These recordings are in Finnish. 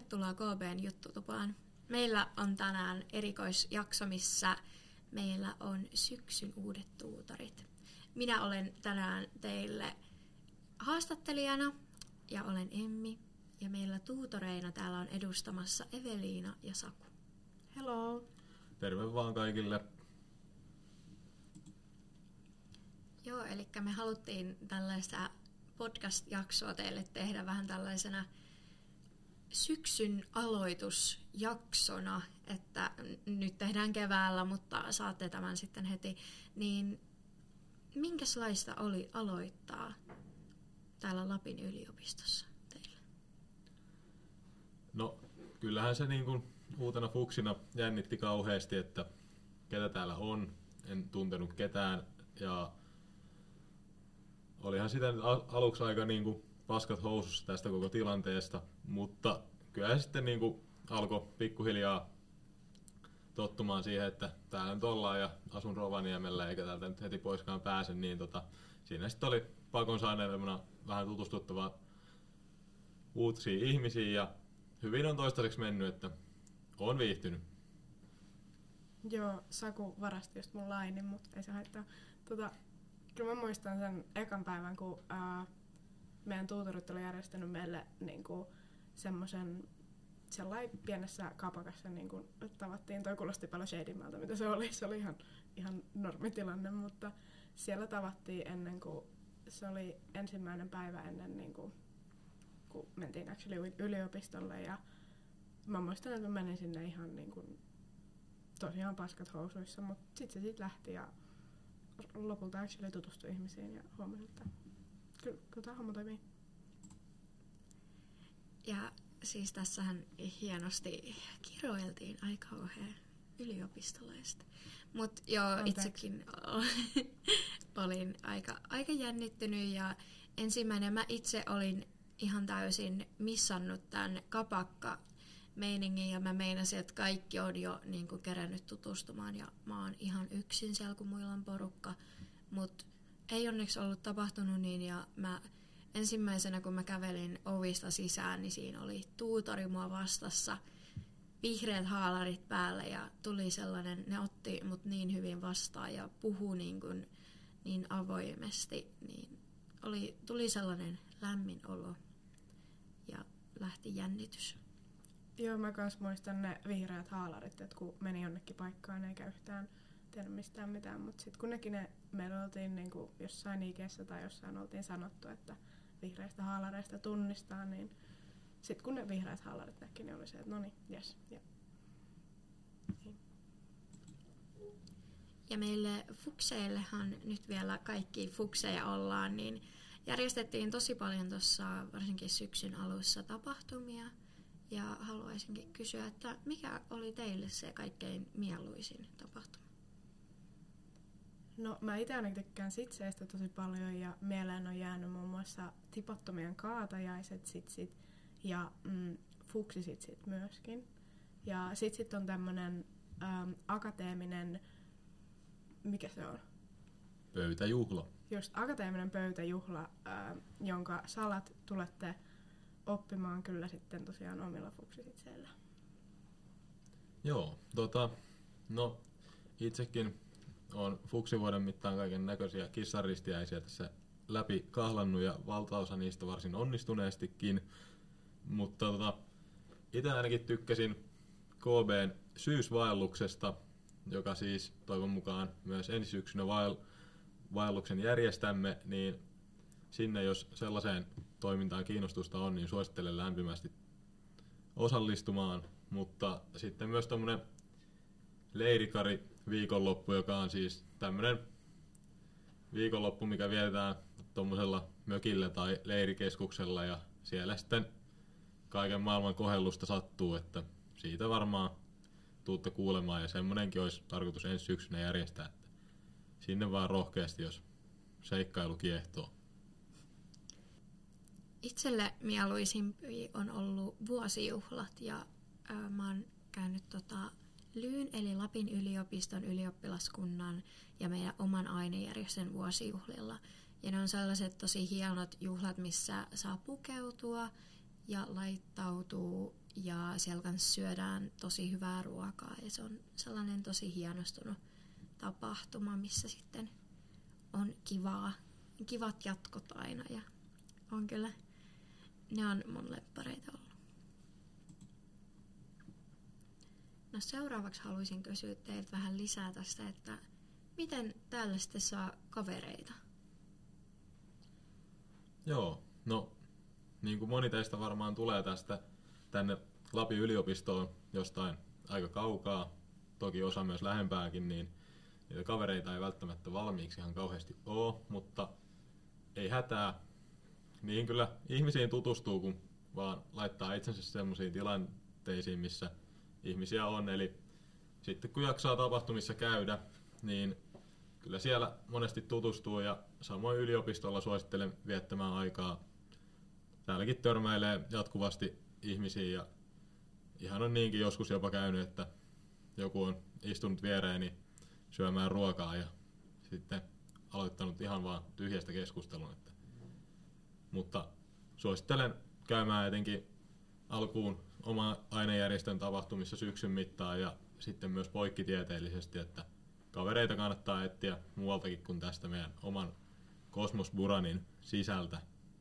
Tervetuloa KB:n Juttutupaan. Meillä on tänään erikoisjakso, missä meillä on syksyn uudet tuutorit. Minä olen tänään teille haastattelijana ja olen Emmi. Ja meillä tuutoreina täällä on edustamassa Eveliina ja Saku. Hello! Terve vaan kaikille. Joo, eli me haluttiin tällaista podcast-jaksoa teille tehdä vähän tällaisena syksyn aloitusjaksona, että nyt tehdään keväällä, mutta saatte tämän sitten heti. Niin minkälaista oli aloittaa täällä Lapin yliopistossa teillä? No, kyllähän se niin kuin uutena fuksina jännitti kauheasti, että ketä täällä on. En tuntenut ketään ja olihan sitä aluksi aika niin kuin paskat housussa tästä koko tilanteesta, mutta kyllä sitten niin kuin alkoi pikkuhiljaa tottumaan siihen, että täällä nyt ollaan ja asun Rovaniemellä eikä täältä nyt heti poiskaan pääse, niin siinä sitten oli pakon saaneena vähän tutustuttava uusia ihmisiä ja hyvin on toistaiseksi mennyt, että olen viihtynyt. Joo, Saku varasti just mun lainin, mutta ei se haittaa. Kyllä mä muistan sen ekan päivän, kun meidän tuutorit oli järjestänyt meille niinku semmoisen sellainen pienessä kapakassa niinku tavattiin. Toi kuulosti paljon shadimältä, mitä se oli. Se oli ihan normitilanne, mutta siellä tavattiin ennen kuin se oli ensimmäinen päivä ennen niinku, kun mentiin actually yliopistolle ja mä muistan, että mä menin sinne ihan niinku tosiaan paskat housuissa, mutta sitten se lähti ja lopulta actually tutustui ihmisiin ja huomasi, että kyllä tämä homma toimii. Ja siis tässähän hienosti kiroiltiin aika kauhean yliopistolaista. Mutta joo, itsekin olin aika jännittynyt ja ensimmäinen mä itse olin ihan täysin missannut tämän kapakka-meiningin ja mä meinasin, että kaikki on jo niin kuin kerännyt tutustumaan ja mä oon ihan yksin siellä, kun muilla on porukka. Mutta ei onneksi ollut tapahtunut niin ja mä ensimmäisenä, kun mä kävelin ovista sisään, niin siinä oli tuutori mua vastassa, vihreät haalarit päällä ja tuli sellainen, ne otti mut niin hyvin vastaan ja puhui niin avoimesti, niin tuli sellainen lämmin olo ja lähti jännitys. Joo, mä kans muistan ne vihreät haalarit, että kun meni jonnekin paikkaan eikä yhtään tiedä mistään mitään, mutta sitten kun meillä oltiin niinku jossain IG:ssä tai jossain oltiin sanottu, että vihreistä haalareista tunnistaa, niin sitten kun ne vihreät haalarit näki, niin oli se, että noniin, jes. Ja meille fukseillehan nyt vielä kaikki fukseja ollaan, niin järjestettiin tosi paljon tuossa varsinkin syksyn alussa tapahtumia. Ja haluaisinkin kysyä, että mikä oli teille se kaikkein mieluisin tapahtuma? No mä itse ainakin tykkään sitseistä tosi paljon ja mieleen on jäänyt muun muassa tipottomien kaatajaiset sitsit ja fuksisitsit myöskin. Ja sitsit on tämmönen akateeminen, mikä se on? Pöytäjuhla. Just akateeminen pöytäjuhla, jonka salat tulette oppimaan kyllä sitten tosiaan omilla fuksisitseillä. Joo, no itsekin olen fuksivuoden mittaan kaiken näköisiä kissaristiäisiä tässä läpi kahlannut ja valtaosa niistä varsin onnistuneestikin, mutta itse ainakin tykkäsin KB:n syysvaelluksesta, joka siis toivon mukaan myös ensi syksynä vaelluksen järjestämme, niin sinne jos sellaiseen toimintaan kiinnostusta on, niin suosittelen lämpimästi osallistumaan, mutta sitten myös tommonen leirikari viikonloppu, joka on siis tämmönen viikonloppu, mikä vietetään tommosella mökillä tai leirikeskuksella ja siellä sitten kaiken maailman kohellusta sattuu, että siitä varmaan tuutte kuulemaan ja semmonenkin olisi tarkoitus ensi syksynä järjestää, että sinne vaan rohkeasti, jos seikkailu kiehtoo. Itselle mieluisimpia on ollut vuosijuhlat ja mä oon käynyt LYyn eli Lapin yliopiston ylioppilaskunnan ja meidän oman ainejärjestön vuosijuhlilla. Ja ne on sellaiset tosi hienot juhlat, missä saa pukeutua ja laittautuu ja siellä kanssa syödään tosi hyvää ruokaa ja se on sellainen tosi hienostunut tapahtuma, missä sitten on kivat jatkot aina ja on kyllä, ne on mun leppareita ollut. No seuraavaksi haluaisin kysyä teiltä vähän lisää tästä, että miten täällä sitten saa kavereita? Joo, no niin kuin moni teistä varmaan tulee tästä tänne Lapin yliopistoon jostain aika kaukaa, toki osa myös lähempääkin, niin niitä kavereita ei välttämättä valmiiksi ihan kauheasti ole, mutta ei hätää. Niihin kyllä ihmisiin tutustuu, kun vaan laittaa itsensä semmoisiin tilanteisiin, missä ihmisiä on. Eli sitten kun jaksaa tapahtumissa käydä, niin kyllä siellä monesti tutustuu ja samoin yliopistolla suosittelen viettämään aikaa. Täälläkin törmäilee jatkuvasti ihmisiä ja ihan on niinkin joskus jopa käynyt, että joku on istunut viereeni syömään ruokaa ja sitten aloittanut ihan vaan tyhjästä keskustelun. Mutta suosittelen käymään etenkin alkuun oma ainejärjestön tapahtumissa syksyn mittaan ja sitten myös poikkitieteellisesti, että kavereita kannattaa etsiä muualtakin kuin tästä meidän oman Cosmos Buranin sisältä.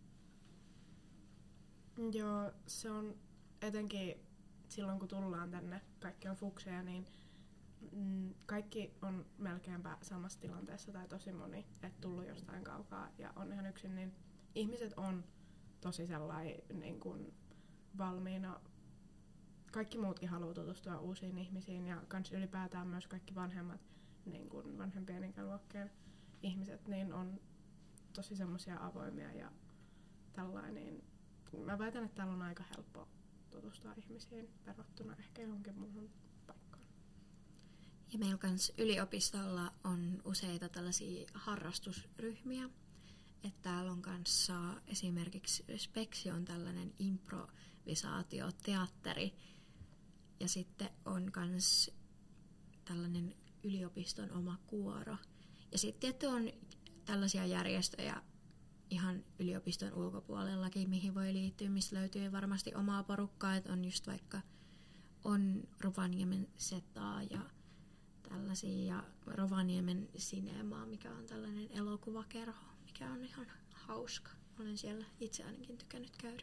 Joo, se on etenkin silloin kun tullaan tänne, kaikki on fukseja, niin kaikki on melkeinpä samassa tilanteessa tai tosi moni, että tullut jostain kaukaa ja on ihan yksin, niin ihmiset on tosi sellainen niin kuin valmiina. Kaikki muutkin haluaa tutustua uusiin ihmisiin ja kans ylipäätään myös kaikki vanhemmat, niin kuin vanhempien ikäluokkien ihmiset, niin on tosi semmoisia avoimia ja tällainen. Niin mä väitän, että täällä on aika helppo tutustua ihmisiin verrattuna ehkä johonkin muuhun paikkaan. Ja meillä kans yliopistolla on useita tällaisia harrastusryhmiä. Että täällä on kanssa esimerkiksi Speksi on tällainen improvisaatioteatteri ja sitten on kans tällainen yliopiston oma kuoro. Ja sitten tietty on tällaisia järjestöjä ihan yliopiston ulkopuolellakin, mihin voi liittyä, missä löytyy varmasti omaa porukkaa, että on just vaikka on Rovaniemen Setaa ja tällaisia ja Rovaniemen Sinemaa, mikä on tällainen elokuvakerho, mikä on ihan hauska. Olen siellä itse ainakin tykännyt käydä.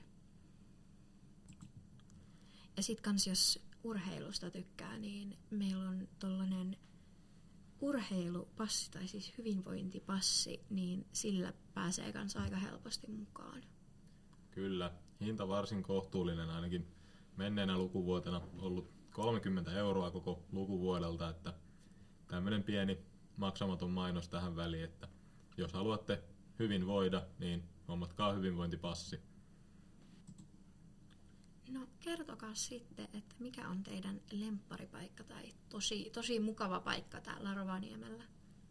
Ja sit kans jos urheilusta tykkää, niin meillä on tollanen urheilupassi tai siis hyvinvointipassi, niin sillä pääsee kans aika helposti mukaan. Kyllä, hinta varsin kohtuullinen ainakin menneenä lukuvuotena ollut 30 € koko lukuvuodelta, että tämmönen pieni maksamaton mainos tähän väliin, että jos haluatte hyvin voida, niin hommatkaa hyvinvointipassi. No kertokaa sitten, että mikä on teidän lempparipaikka tai tosi mukava paikka täällä Rovaniemellä?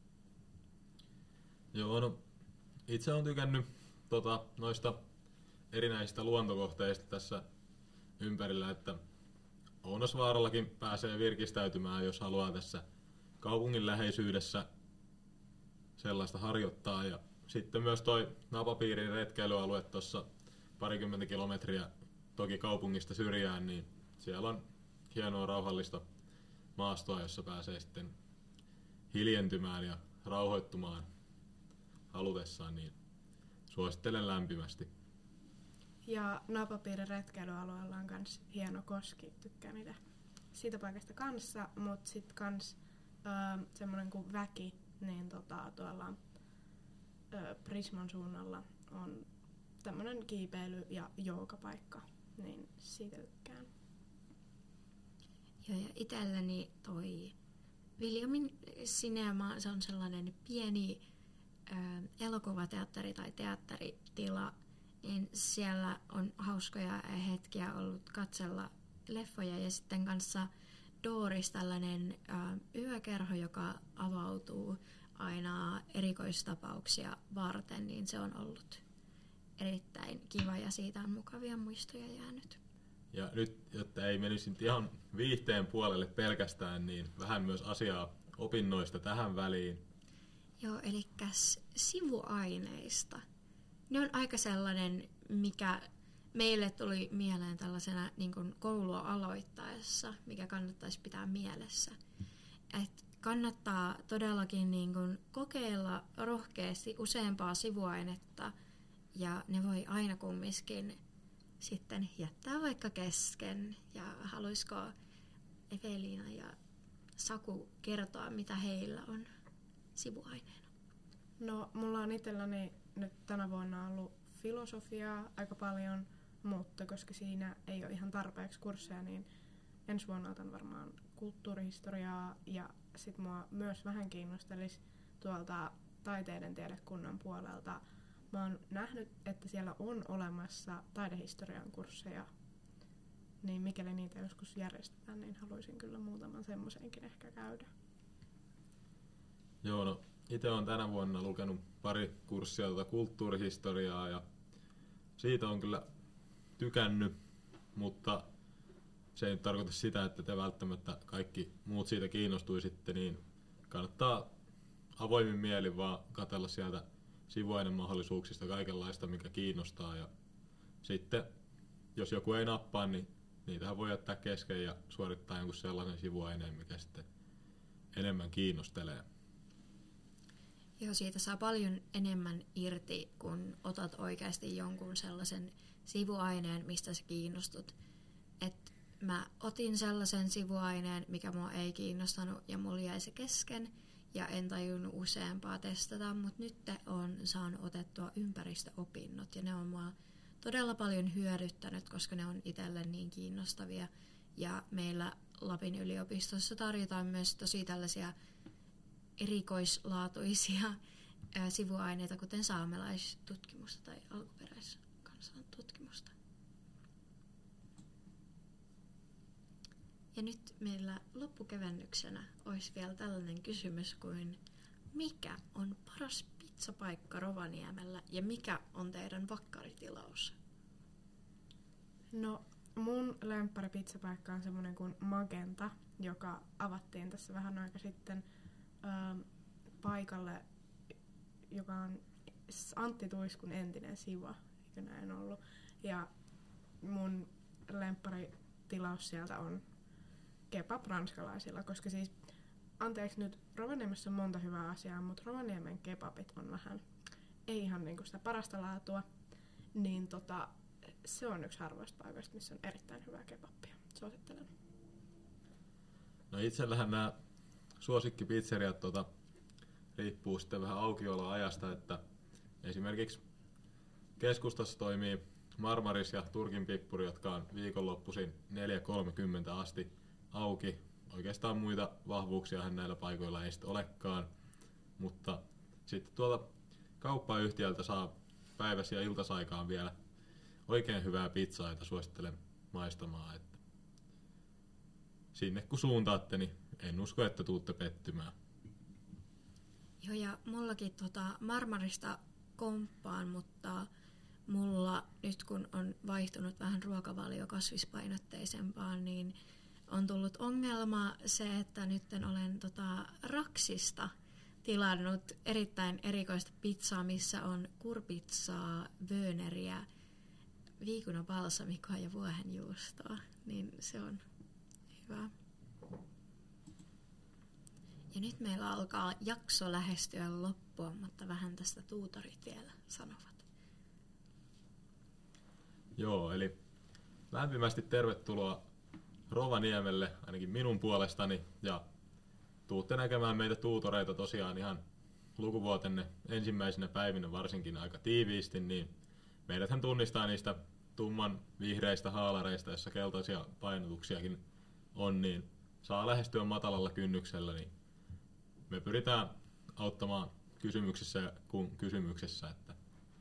Joo, no itse olen tykännyt noista erinäisistä luontokohteista tässä ympärillä, että Ounasvaarallakin pääsee virkistäytymään, jos haluaa tässä kaupungin läheisyydessä sellaista harjoittaa. Ja sitten myös toi Napapiirin retkeilyalue tuossa parikymmentä kilometriä toki kaupungista syrjään, niin siellä on hienoa rauhallista maastoa, jossa pääsee sitten hiljentymään ja rauhoittumaan halutessaan, niin suosittelen lämpimästi. Ja Napapiirin retkeilyalueella on myös hieno koski, tykkään niitä siitä paikasta kanssa, mutta sitten kans semmoinen kuin Väki, niin tuolla Prisman suunnalla on tämmöinen kiipeily- ja joogapaikka, niin siitä tykkään. Joo, ja itselläni toi Viljomin Sinema, se on sellainen pieni elokuvateatteri tai teatteritila, niin siellä on hauskoja hetkiä ollut katsella leffoja ja sitten kanssa Dooris tällainen yökerho, joka avautuu aina erikoistapauksia varten, niin se on ollut erittäin kiva ja siitä on mukavia muistoja jäänyt. Ja nyt, jotta ei menisi ihan viihteen puolelle pelkästään, niin vähän myös asiaa opinnoista tähän väliin. Joo, eli sivuaineista. Ne on aika sellainen, mikä meille tuli mieleen tällaisena niin kuin koulua aloittaessa, mikä kannattaisi pitää mielessä. Että kannattaa todellakin niin kuin kokeilla rohkeasti useampaa sivuainetta, ja ne voi aina kumminkin sitten jättää vaikka kesken. Ja haluaisiko Eveliina ja Saku kertoa, mitä heillä on sivuaineena? No, mulla on itselläni nyt tänä vuonna ollut filosofiaa aika paljon, mutta koska siinä ei ole ihan tarpeeksi kursseja, niin ensi vuonna otan varmaan kulttuurihistoriaa, ja sit mua myös vähän kiinnostelisi tuolta taiteiden tiedekunnan puolelta. Mä oon nähnyt, että siellä on olemassa taidehistorian kursseja, niin mikäli niitä joskus järjestetään, niin haluaisin kyllä muutaman semmoisenkin ehkä käydä. Joo, no itse olen tänä vuonna lukenut pari kurssia kulttuurihistoriaa ja siitä on kyllä tykännyt, mutta se ei nyt tarkoita sitä, että te välttämättä kaikki muut siitä kiinnostuisitte, niin kannattaa avoimin mielin vaan katsella sieltä sivuainemahdollisuuksista kaikenlaista, mikä kiinnostaa, ja sitten jos joku ei nappaa, niin niitähän voi jättää kesken ja suorittaa jonkun sellainen sivuaineen, mikä sitten enemmän kiinnostelee. Joo, siitä saa paljon enemmän irti, kun otat oikeasti jonkun sellaisen sivuaineen, mistä sä kiinnostut. Et mä otin sellaisen sivuaineen, mikä mua ei kiinnostanut, ja mulla jäi se kesken, ja en tajunnut useampaa testata, mutta nyt on saanut otettua ympäristöopinnot, ja ne on mua todella paljon hyödyttänyt, koska ne on itselle niin kiinnostavia. Ja meillä Lapin yliopistossa tarjotaan myös tosi tällaisia erikoislaatuisia sivuaineita, kuten saamelaistutkimusta tai alkuperäiskansan tutkimusta. Ja nyt meillä loppukevennyksenä olisi vielä tällainen kysymys kuin: mikä on paras pizzapaikka Rovaniemellä ja mikä on teidän vakkaritilaus? No, mun lemppari pizzapaikka on semmoinen kuin Magenta, joka avattiin tässä vähän aika sitten paikalle, joka on Antti Tuiskun entinen Siva, eikö näin ollut. Ja mun lempparitilaus sieltä on kebab ranskalaisilla, koska siis, anteeksi nyt, Rovaniemessä on monta hyvää asiaa, mutta Rovaniemen kebabit on vähän, ei ihan niinku sitä parasta laatua, niin se on yksi harvoista paikoista, missä on erittäin hyvää kebabia. Suosittelen. No itsellähän nämä suosikkipizzeriat riippuu sitten vähän aukioloajasta, että esimerkiksi keskustassa toimii Marmaris ja Turkin Pippuri, jotka on viikonloppuisin 4.30 asti auki. Oikeastaan muita vahvuuksiahan näillä paikoilla ei sitten olekaan, mutta sitten tuolta kauppayhtiöltä saa päiväs- ja iltasaikaan vielä oikein hyvää pizzaa, jota suosittelen maistamaan. Että sinne kun suuntaatte, niin en usko, että tuutte pettymään. Joo, ja mullakin Marmarista komppaan, mutta mulla nyt kun on vaihtunut vähän ruokavalio kasvispainotteisempaan, niin on tullut ongelma se, että nyt olen Raksista tilannut erittäin erikoista pizzaa, missä on kurpizzaa, vööneriä, viikunabalsamikoa ja vuohenjuustoa, niin se on hyvä. Ja nyt meillä alkaa jakso lähestyä loppua, mutta vähän tästä tuutorit vielä sanovat. Joo, eli lämpimästi tervetuloa Rovaniemelle, ainakin minun puolestani, ja tuutte näkemään meitä tuutoreita tosiaan ihan lukuvuotenne ensimmäisenä päivinä varsinkin aika tiiviisti, niin meidäthän tunnistaa niistä tumman vihreistä haalareista, jossa keltaisia painotuksiakin on, niin saa lähestyä matalalla kynnyksellä, niin me pyritään auttamaan kysymyksissä kuin kysymyksessä, että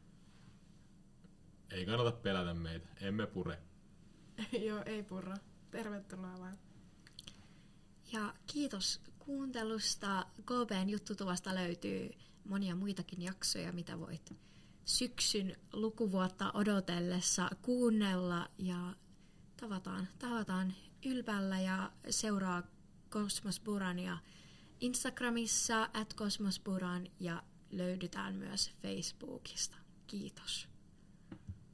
ei kannata pelätä meitä, emme pure. Joo, ei purra. Tervetuloa vaan. Ja kiitos kuuntelusta. KB:n juttutuvasta löytyy monia muitakin jaksoja, mitä voit syksyn lukuvuotta odotellessa kuunnella, ja tavataan Ylpällä ja seuraa Kosmosburania Instagramissa @kosmosburan ja löydytään myös Facebookista. Kiitos.